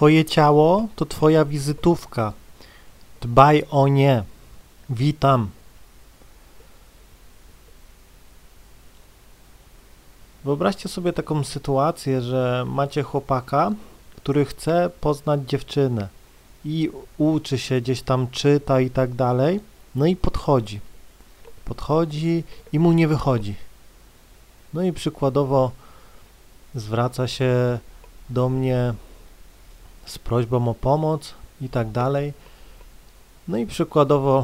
Twoje ciało to twoja wizytówka. Dbaj o nie. Witam. Wyobraźcie sobie taką sytuację, że macie chłopaka, który chce poznać dziewczynę i uczy się, gdzieś tam czyta i tak dalej, no i podchodzi. Podchodzi i mu nie wychodzi. No i przykładowo zwraca się do mnie z prośbą o pomoc i tak dalej. No i przykładowo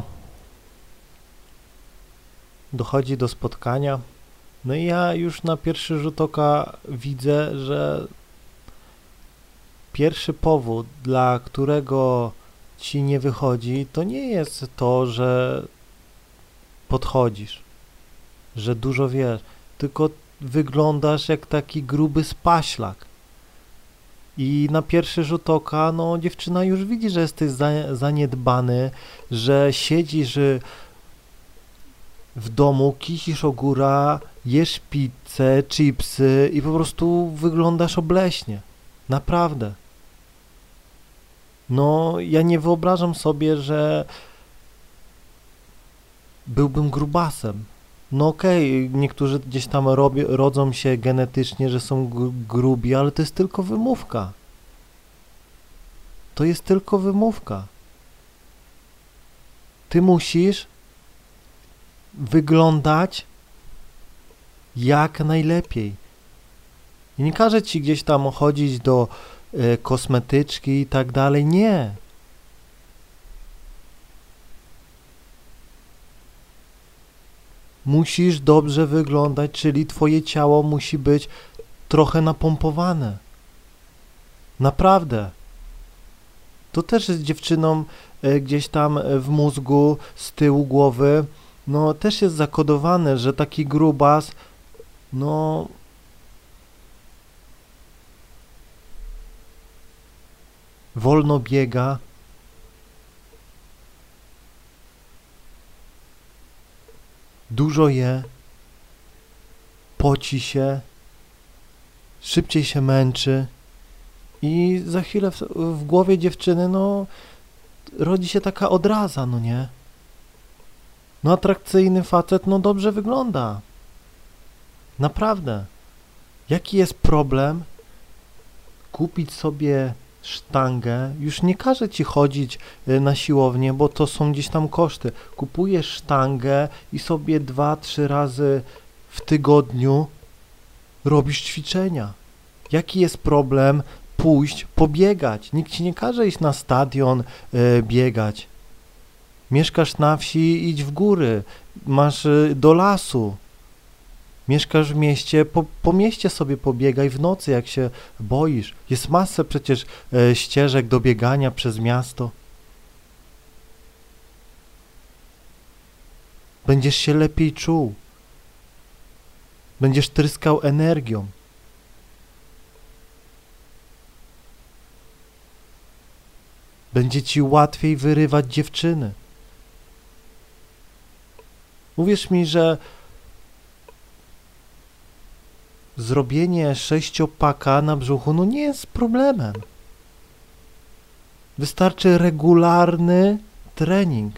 dochodzi do spotkania. No i ja już na pierwszy rzut oka widzę, że pierwszy powód, dla którego ci nie wychodzi, to nie jest to, że podchodzisz, że dużo wiesz, tylko wyglądasz jak taki gruby spaślak. I na pierwszy rzut oka, no dziewczyna już widzi, że jesteś zaniedbany, że siedzisz w domu, kisisz ogóra, jesz pizzę, chipsy i po prostu wyglądasz obleśnie. Naprawdę. No, ja nie wyobrażam sobie, że byłbym grubasem. No okej, niektórzy gdzieś tam rodzą się genetycznie, że są grubi, ale to jest tylko wymówka. To jest tylko wymówka. Ty musisz wyglądać jak najlepiej. I nie każę ci gdzieś tam chodzić do kosmetyczki i tak dalej. Nie. Musisz dobrze wyglądać, czyli twoje ciało musi być trochę napompowane. Naprawdę. To też jest dziewczynom gdzieś tam w mózgu, z tyłu głowy, no też jest zakodowane, że taki grubas, no wolno biega, dużo je, poci się, szybciej się męczy i za chwilę w głowie dziewczyny, no rodzi się taka odraza, no nie? No atrakcyjny facet, no dobrze wygląda. Naprawdę. Jaki jest problem kupić sobie sztangę? Już nie każę ci chodzić na siłownię, bo to są gdzieś tam koszty. Kupujesz sztangę i sobie 2-3 razy w tygodniu robisz ćwiczenia. Jaki jest problem pójść pobiegać? Nikt ci nie każe iść na stadion biegać. Mieszkasz na wsi, idź w góry, masz do lasu. Mieszkasz w mieście, po mieście sobie pobiegaj w nocy, jak się boisz. Jest masę przecież ścieżek do biegania przez miasto. Będziesz się lepiej czuł. Będziesz tryskał energią. Będzie ci łatwiej wyrywać dziewczyny. Uwierz mi, że zrobienie 6-paka na brzuchu, no nie jest problemem. Wystarczy regularny trening.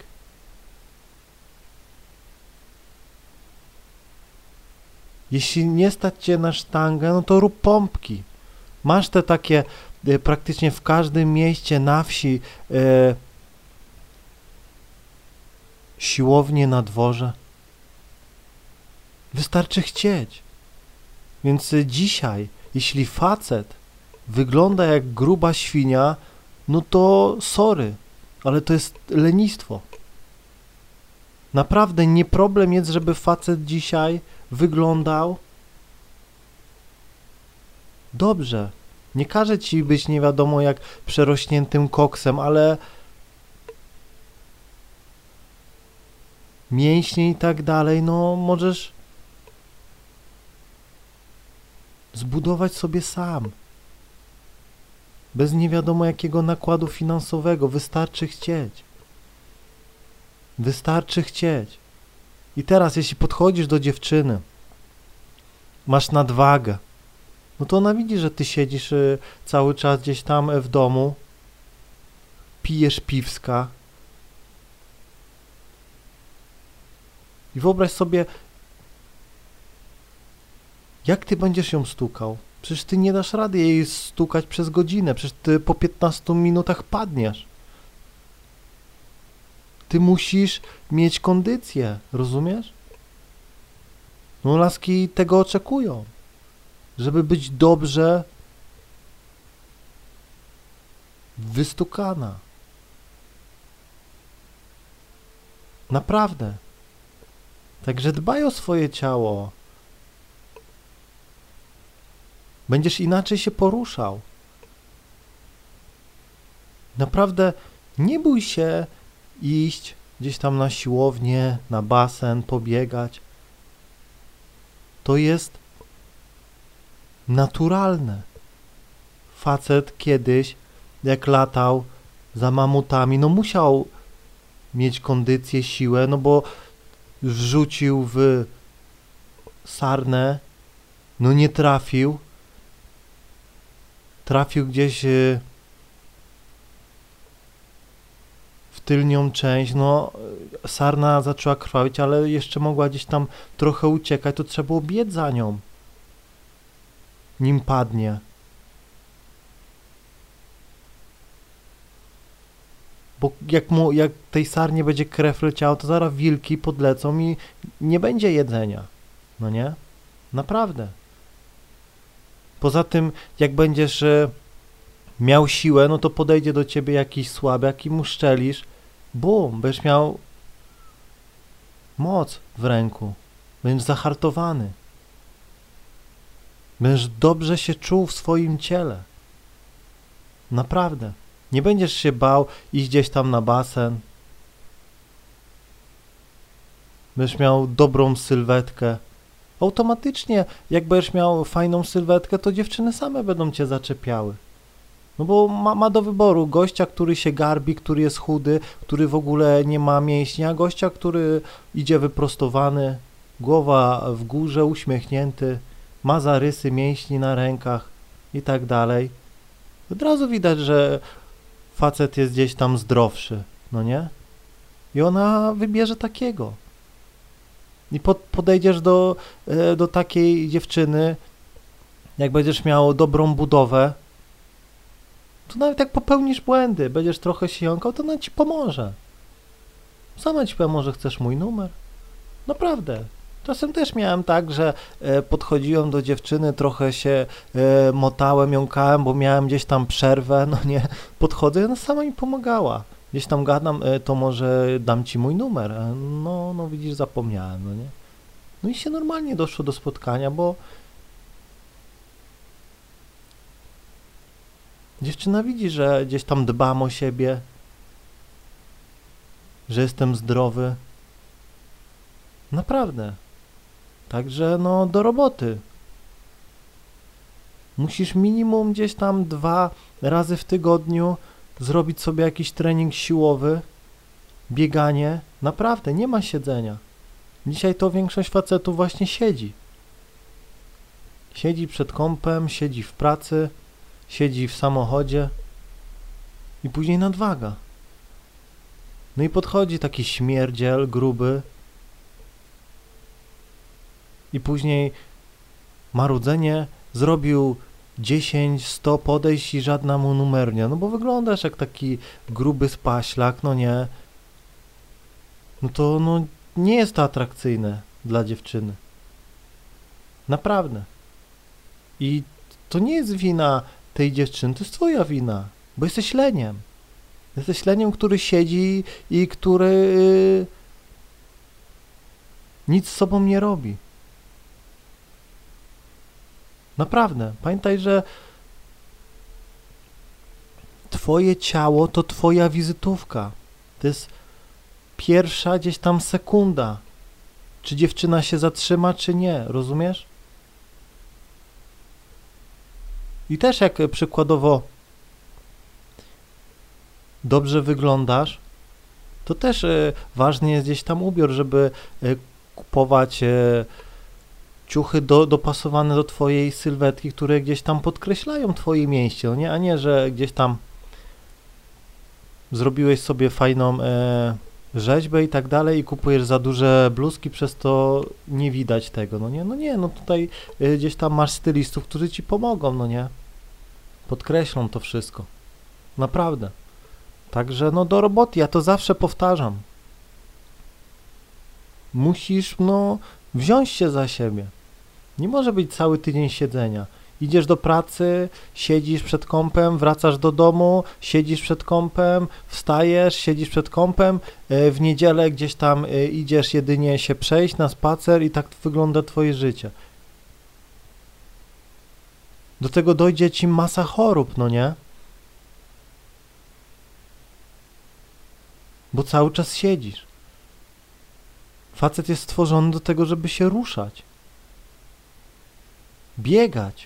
Jeśli nie stać cię na sztangę, no to rób pompki. Masz te takie praktycznie w każdym mieście na wsi siłownie na dworze. Wystarczy chcieć. Więc dzisiaj, jeśli facet wygląda jak gruba świnia, no to sorry, ale to jest lenistwo. Naprawdę nie problem jest, żeby facet dzisiaj wyglądał dobrze. Nie każę ci być nie wiadomo jak przerośniętym koksem, ale mięśnie i tak dalej, no możesz zbudować sobie sam. Bez nie wiadomo jakiego nakładu finansowego. Wystarczy chcieć. Wystarczy chcieć. I teraz, jeśli podchodzisz do dziewczyny, masz nadwagę, no to ona widzi, że ty siedzisz cały czas gdzieś tam w domu, pijesz piwska i wyobraź sobie, jak ty będziesz ją stukał. Przecież ty nie dasz rady jej stukać przez godzinę, przecież ty po 15 minutach padniesz. Ty musisz mieć kondycję, rozumiesz? No laski tego oczekują, żeby być dobrze wystukana. Naprawdę. Także dbaj o swoje ciało. Będziesz inaczej się poruszał. Naprawdę nie bój się iść gdzieś tam na siłownię, na basen, pobiegać. To jest naturalne. Facet kiedyś, jak latał za mamutami, no musiał mieć kondycję, siłę, no bo wrzucił w sarnę, no nie trafił. Trafił gdzieś w tylnią część, no sarna zaczęła krwawić, ale jeszcze mogła gdzieś tam trochę uciekać, to trzeba było biec za nią, nim padnie. Bo jak tej sarnie będzie krew leciała, to zaraz wilki podlecą i nie będzie jedzenia. No nie? Naprawdę. Poza tym, jak będziesz miał siłę, no to podejdzie do ciebie jakiś słabiak i mu szczelisz. Bum, będziesz miał moc w ręku. Będziesz zahartowany. Będziesz dobrze się czuł w swoim ciele. Naprawdę. Nie będziesz się bał iść gdzieś tam na basen. Będziesz miał dobrą sylwetkę. Automatycznie, jak będziesz miał fajną sylwetkę, to dziewczyny same będą cię zaczepiały. No bo ma do wyboru gościa, który się garbi, który jest chudy, który w ogóle nie ma mięśni, a gościa, który idzie wyprostowany, głowa w górze, uśmiechnięty, ma zarysy mięśni na rękach i tak dalej. Od razu widać, że facet jest gdzieś tam zdrowszy, no nie? I ona wybierze takiego. I podejdziesz do takiej dziewczyny, jak będziesz miał dobrą budowę, to nawet jak popełnisz błędy, będziesz trochę się jąkał, to ona ci pomoże. Sama ci powie, może chcesz mój numer? Naprawdę. Czasem też miałem tak, że podchodziłem do dziewczyny, trochę się motałem, jąkałem, bo miałem gdzieś tam przerwę, no nie, podchodzę i ona sama mi pomagała. Gdzieś tam gadam, to może dam ci mój numer. No widzisz, zapomniałem, no nie. No i się normalnie doszło do spotkania, bo dziewczyna widzi, że gdzieś tam dbam o siebie, że jestem zdrowy. Naprawdę. Także no do roboty. Musisz minimum gdzieś tam 2 razy w tygodniu zrobić sobie jakiś trening siłowy, bieganie. Naprawdę, nie ma siedzenia. Dzisiaj to większość facetów właśnie siedzi. Siedzi przed kompem, siedzi w pracy, siedzi w samochodzie i później nadwaga. No i podchodzi taki śmierdziel gruby i później marudzenie, zrobił 10, 100 podejść i żadna mu numernia. No bo wyglądasz jak taki gruby spaślak, no nie. No to no nie jest to atrakcyjne dla dziewczyny. Naprawdę. I to nie jest wina tej dziewczyny, to jest twoja wina, bo jesteś leniem. Jesteś leniem, który siedzi i który nic z sobą nie robi. Naprawdę. Pamiętaj, że twoje ciało to twoja wizytówka. To jest pierwsza gdzieś tam sekunda. Czy dziewczyna się zatrzyma, czy nie. Rozumiesz? I też jak przykładowo dobrze wyglądasz, to też ważny jest gdzieś tam ubiór, żeby kupować ciuchy dopasowane do twojej sylwetki, które gdzieś tam podkreślają twoje mięśnie, no nie? A nie, że gdzieś tam zrobiłeś sobie fajną rzeźbę i tak dalej i kupujesz za duże bluzki, przez to nie widać tego, no nie? No nie, no tutaj gdzieś tam masz stylistów, którzy ci pomogą, no nie? Podkreślą to wszystko. Naprawdę. Także no do roboty, ja to zawsze powtarzam. Musisz, no, wziąć się za siebie. Nie może być cały tydzień siedzenia. Idziesz do pracy, siedzisz przed kompem, wracasz do domu, siedzisz przed kompem, wstajesz, siedzisz przed kompem, w niedzielę gdzieś tam idziesz jedynie się przejść na spacer i tak wygląda twoje życie. Do tego dojdzie ci masa chorób, no nie? Bo cały czas siedzisz. Facet jest stworzony do tego, żeby się ruszać. Biegać.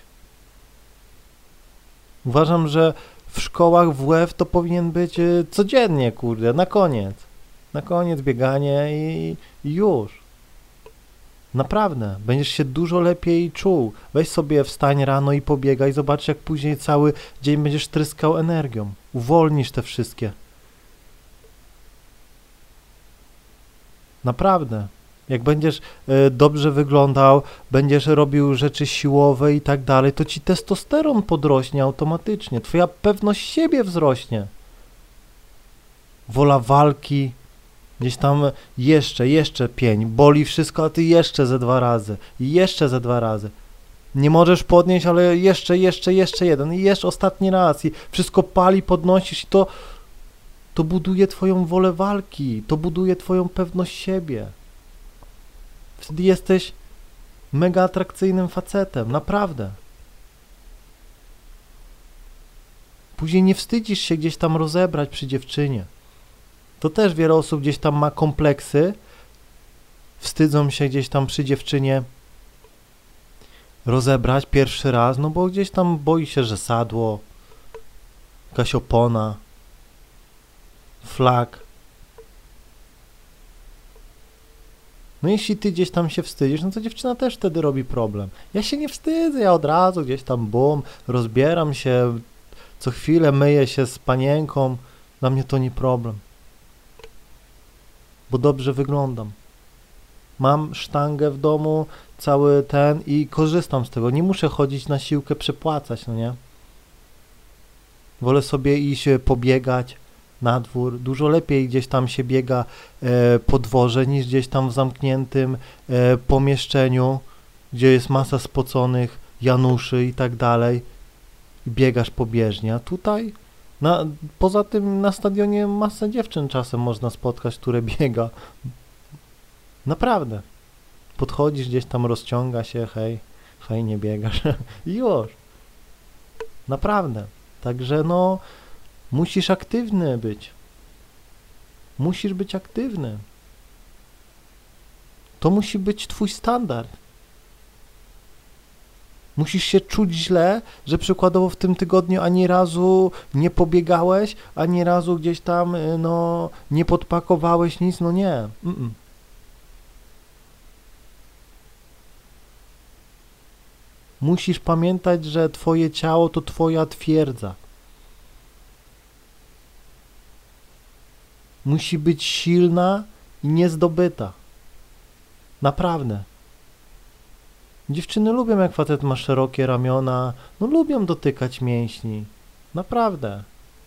Uważam, że w szkołach WF to powinien być codziennie, kurde, na koniec. Na koniec bieganie i już. Naprawdę, będziesz się dużo lepiej czuł. Weź sobie, wstań rano i pobiegaj, zobacz jak później cały dzień będziesz tryskał energią. Uwolnisz te wszystkie. Naprawdę. Jak będziesz dobrze wyglądał, będziesz robił rzeczy siłowe i tak dalej, to ci testosteron podrośnie automatycznie. Twoja pewność siebie wzrośnie. Wola walki. Gdzieś tam jeszcze pień. Boli wszystko, a ty jeszcze ze 2 razy. I jeszcze ze 2 razy. Nie możesz podnieść, ale jeszcze jeden. I jeszcze ostatni raz. I wszystko pali, podnosisz i to buduje twoją wolę walki. To buduje twoją pewność siebie. Wtedy jesteś mega atrakcyjnym facetem, naprawdę. Później nie wstydzisz się gdzieś tam rozebrać przy dziewczynie. To też wiele osób gdzieś tam ma kompleksy, wstydzą się gdzieś tam przy dziewczynie rozebrać pierwszy raz, no bo gdzieś tam boi się, że sadło, jakaś opona, flak. No jeśli ty gdzieś tam się wstydzisz, no to dziewczyna też wtedy robi problem. Ja się nie wstydzę, ja od razu gdzieś tam rozbieram się, co chwilę myję się z panienką, dla mnie to nie problem. Bo dobrze wyglądam. Mam sztangę w domu, cały ten i korzystam z tego. Nie muszę chodzić na siłkę, przepłacać, no nie? Wolę sobie iść pobiegać na dwór. Dużo lepiej gdzieś tam się biega po dworze niż gdzieś tam w zamkniętym pomieszczeniu, gdzie jest masa spoconych Januszy i tak dalej. I biegasz pobieżnie. A tutaj, poza tym na stadionie masę dziewczyn czasem można spotkać, które biega. Naprawdę. Podchodzisz gdzieś tam, rozciąga się, hej, fajnie biegasz. I już. Naprawdę. Także no, musisz aktywny być. Musisz być aktywny. To musi być twój standard. Musisz się czuć źle, że przykładowo w tym tygodniu ani razu nie pobiegałeś, ani razu gdzieś tam, no, nie podpakowałeś nic, no nie. Musisz pamiętać, że twoje ciało to twoja twierdza. Musi być silna i niezdobyta. Naprawdę. Dziewczyny lubią, jak facet ma szerokie ramiona, no lubią dotykać mięśni. Naprawdę.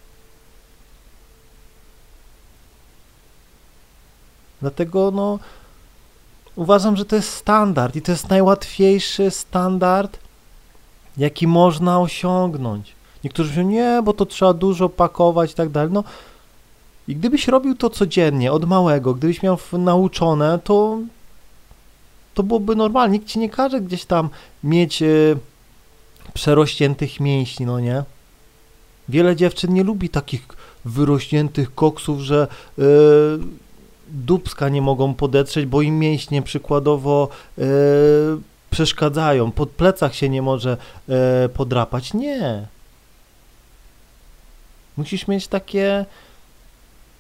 Dlatego, no, uważam, że to jest standard i to jest najłatwiejszy standard, jaki można osiągnąć. Niektórzy mówią, nie, bo to trzeba dużo pakować i tak dalej. No, i gdybyś robił to codziennie, od małego, gdybyś miał nauczone, to byłoby normalnie. Nikt ci nie każe gdzieś tam mieć przerośniętych mięśni, no nie? Wiele dziewczyn nie lubi takich wyrośniętych koksów, że dupska nie mogą podetrzeć, bo im mięśnie przykładowo przeszkadzają. Pod plecach się nie może podrapać. Nie. Musisz mieć takie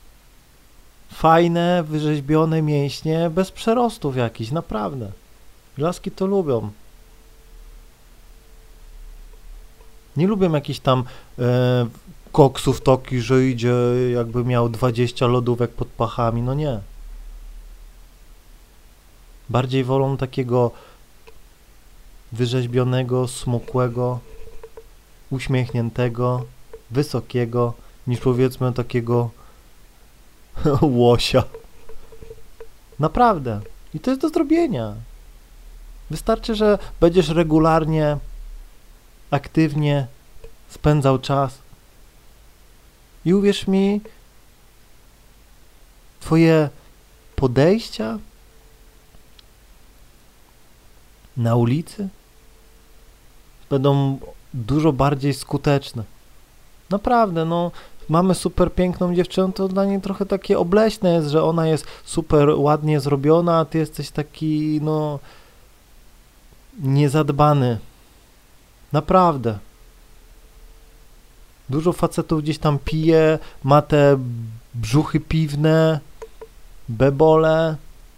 fajne, wyrzeźbione mięśnie bez przerostów jakichś, naprawdę. Laski to lubią. Nie lubią jakichś tam koksów taki, że idzie jakby miał 20 lodówek pod pachami. No nie. Bardziej wolą takiego wyrzeźbionego, smukłego, uśmiechniętego, wysokiego, niż powiedzmy takiego łosia. Naprawdę. I to jest do zrobienia. Wystarczy, że będziesz regularnie, aktywnie spędzał czas. I uwierz mi, twoje podejścia na ulicy będą dużo bardziej skuteczne. Naprawdę, no, mamy super piękną dziewczynę, to dla niej trochę takie obleśne jest, że ona jest super ładnie zrobiona, a ty jesteś taki, no, niezadbany. Naprawdę. Dużo facetów gdzieś tam pije, ma te brzuchy piwne, bebole,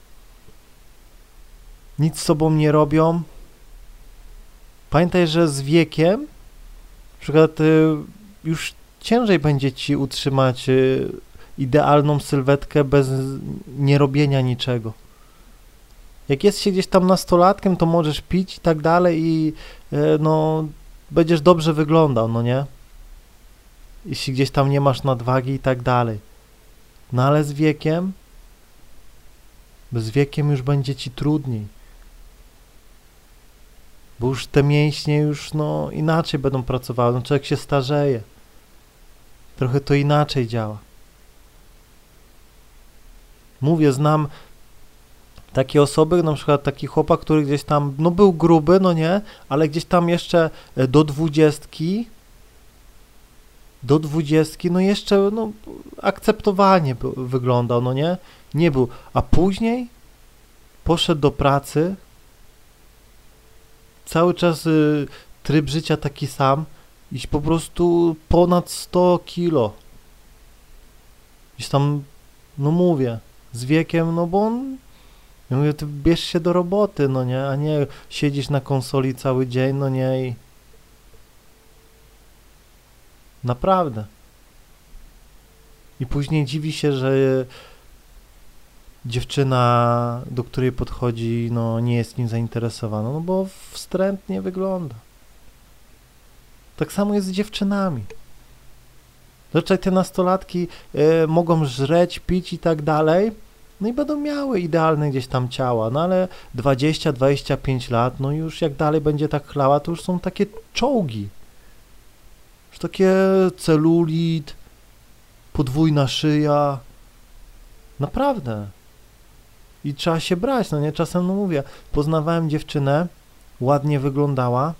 nic z sobą nie robią. Pamiętaj, że z wiekiem, na przykład już ciężej będzie ci utrzymać idealną sylwetkę bez nierobienia niczego. Jak jest się gdzieś tam nastolatkiem, to możesz pić i tak dalej i no będziesz dobrze wyglądał, no nie? Jeśli gdzieś tam nie masz nadwagi i tak dalej. No ale z wiekiem już będzie ci trudniej. Bo już te mięśnie już no inaczej będą pracowały, no człowiek się starzeje. Trochę to inaczej działa. Mówię, znam takie osoby, na przykład taki chłopak, który gdzieś tam, no był gruby, no nie, ale gdzieś tam jeszcze do 20, no jeszcze, no akceptowanie wyglądał, no nie, nie był, a później poszedł do pracy, cały czas tryb życia taki sam, iść po prostu ponad 100 kilo. Gdzieś tam, no mówię, z wiekiem, no bo on, ja mówię, ty bierz się do roboty, no nie, a nie siedzisz na konsoli cały dzień, no nie i... Naprawdę. I później dziwi się, że dziewczyna, do której podchodzi, no nie jest nim zainteresowana, no bo wstrętnie wygląda. Tak samo jest z dziewczynami. Zazwyczaj te nastolatki mogą żreć, pić i tak dalej, no i będą miały idealne gdzieś tam ciała, no ale 20-25 lat, no już jak dalej będzie tak chlała, to już są takie czołgi. Już takie celulit, podwójna szyja. Naprawdę. I trzeba się brać, no nie? Czasem, no mówię, poznawałem dziewczynę, ładnie wyglądała.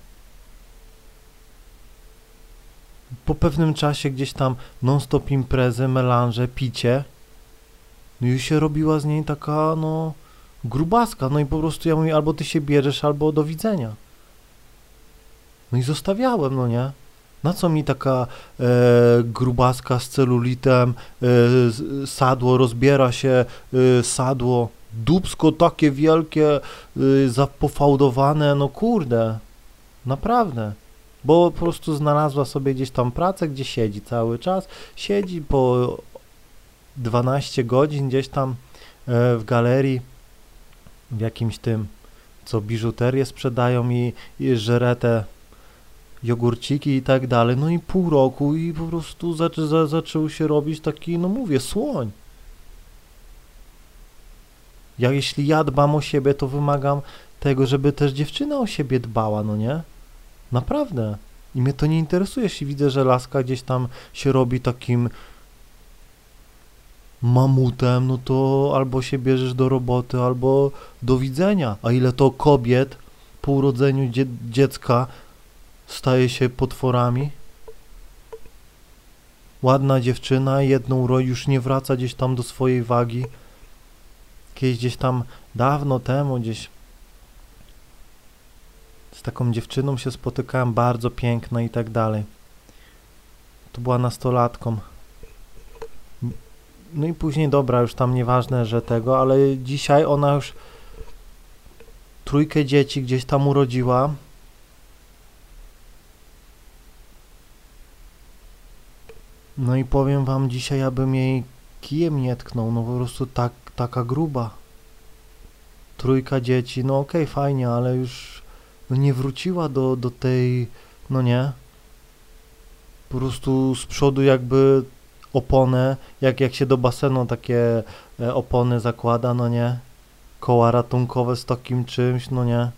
Po pewnym czasie gdzieś tam non-stop imprezy, melanże, picie. No i się robiła z niej taka, no, grubaska. No i po prostu ja mówię, albo ty się bierzesz, albo do widzenia. No i zostawiałem, no nie? Na co mi taka grubaska z celulitem, sadło, rozbiera się sadło, dupsko takie wielkie, zapofałdowane, no kurde, naprawdę. Bo po prostu znalazła sobie gdzieś tam pracę, gdzie siedzi cały czas, siedzi po 12 godzin gdzieś tam w galerii, w jakimś tym, co biżuterię sprzedają i żre te jogurciki i tak dalej, no i pół roku i po prostu zaczął się robić taki, no mówię, słoń. Jeśli ja dbam o siebie, to wymagam tego, żeby też dziewczyna o siebie dbała, no nie? Naprawdę. I mnie to nie interesuje, jeśli widzę, że laska gdzieś tam się robi takim mamutem, no to albo się bierzesz do roboty, albo do widzenia. A ile to kobiet po urodzeniu dziecka staje się potworami? Ładna dziewczyna, jedną roi, już nie wraca gdzieś tam do swojej wagi. Kiedyś gdzieś tam dawno temu gdzieś z taką dziewczyną się spotykałem, bardzo piękna i tak dalej. To była nastolatką. No i później, dobra, już tam nieważne, że tego, ale dzisiaj ona już 3 dzieci gdzieś tam urodziła. No i powiem wam, dzisiaj abym jej kijem nie tknął, no po prostu taka gruba. 3 dzieci, no okej, fajnie, ale już no nie wróciła do tej, no nie. Po prostu z przodu jakby oponę, jak się do basenu takie opony zakłada, no nie. Koła ratunkowe z takim czymś, no nie.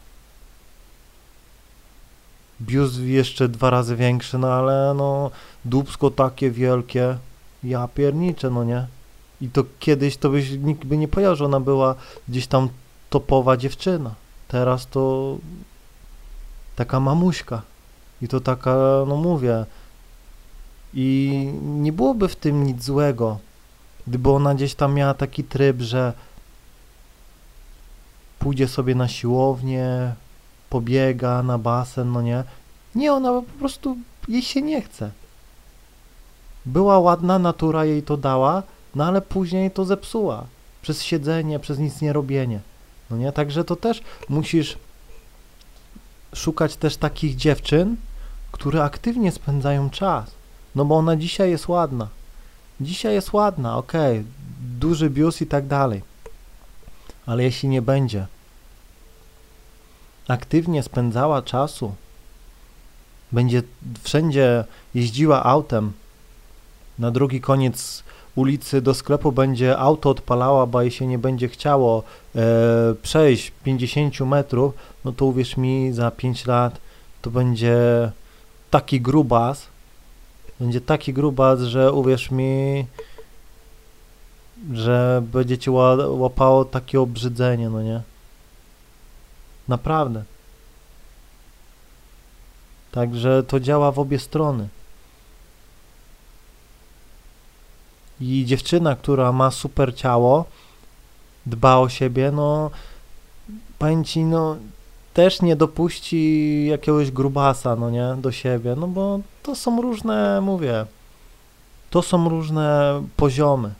Biust jeszcze 2 razy większy, no ale no dupsko takie wielkie, ja pierniczę, no nie. I to kiedyś to nikt by nie powiedział, że ona była gdzieś tam topowa dziewczyna. Teraz to taka mamuśka. I to taka, no mówię, i nie byłoby w tym nic złego, gdyby ona gdzieś tam miała taki tryb, że pójdzie sobie na siłownię, pobiega na basen, no nie. Nie, ona po prostu, jej się nie chce. Była ładna, natura jej to dała, no ale później to zepsuła. Przez siedzenie, przez nic nie robienie. No nie, także to też musisz szukać też takich dziewczyn, które aktywnie spędzają czas. No bo ona dzisiaj jest ładna. Dzisiaj jest ładna, okej, duży biust i tak dalej. Ale jeśli nie będzie aktywnie spędzała czasu, będzie wszędzie jeździła autem, na drugi koniec ulicy do sklepu będzie auto odpalała, bo jej się nie będzie chciało przejść 50 metrów, no to uwierz mi, za 5 lat to będzie taki grubas, że uwierz mi, że będzie cię łapało takie obrzydzenie, no nie? Naprawdę. Także to działa w obie strony. I dziewczyna, która ma super ciało, dba o siebie, no powiem ci, no też nie dopuści jakiegoś grubasa, no nie, do siebie, no bo to są różne, mówię, to są różne poziomy.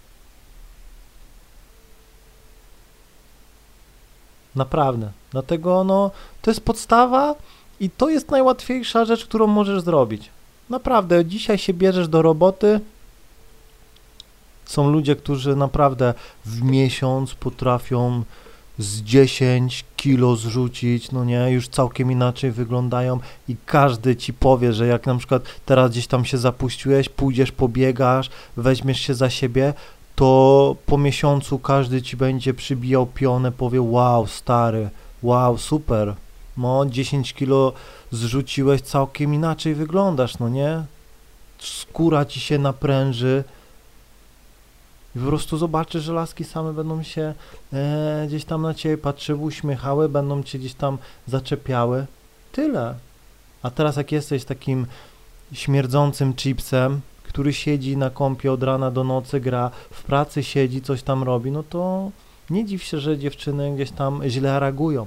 Naprawdę. Dlatego, no, to jest podstawa i to jest najłatwiejsza rzecz, którą możesz zrobić. Naprawdę, dzisiaj się bierzesz do roboty. Są ludzie, którzy naprawdę w miesiąc potrafią z 10 kilo zrzucić, no nie, już całkiem inaczej wyglądają i każdy ci powie, że jak na przykład teraz gdzieś tam się zapuściłeś, pójdziesz, pobiegasz, weźmiesz się za siebie, to po miesiącu każdy ci będzie przybijał pionę, powie wow, stary, wow, super, no 10 kilo zrzuciłeś, całkiem inaczej wyglądasz, no nie, skóra ci się napręży. I po prostu zobaczysz, że laski same będą się gdzieś tam na ciebie patrzyły, uśmiechały, będą cię gdzieś tam zaczepiały. Tyle. A teraz jak jesteś takim śmierdzącym chipsem, który siedzi na kąpie od rana do nocy, gra, w pracy siedzi, coś tam robi, no to nie dziw się, że dziewczyny gdzieś tam źle reagują.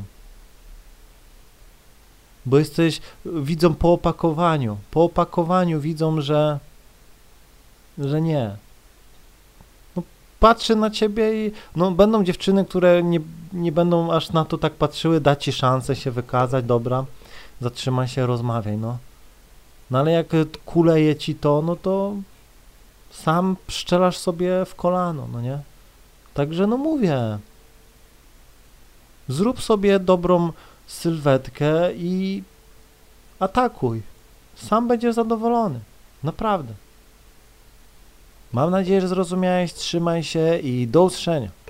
Bo widzą po opakowaniu. Po opakowaniu widzą, że nie. Patrzy na ciebie i no będą dziewczyny, które nie będą aż na to tak patrzyły, da ci szansę się wykazać, dobra, zatrzymaj się, rozmawiaj, no. No ale jak kuleje ci to, no to sam pszczelasz sobie w kolano, no nie? Także no mówię, zrób sobie dobrą sylwetkę i atakuj. Sam będziesz zadowolony, naprawdę. Mam nadzieję, że zrozumiałeś, trzymaj się i do usłyszenia.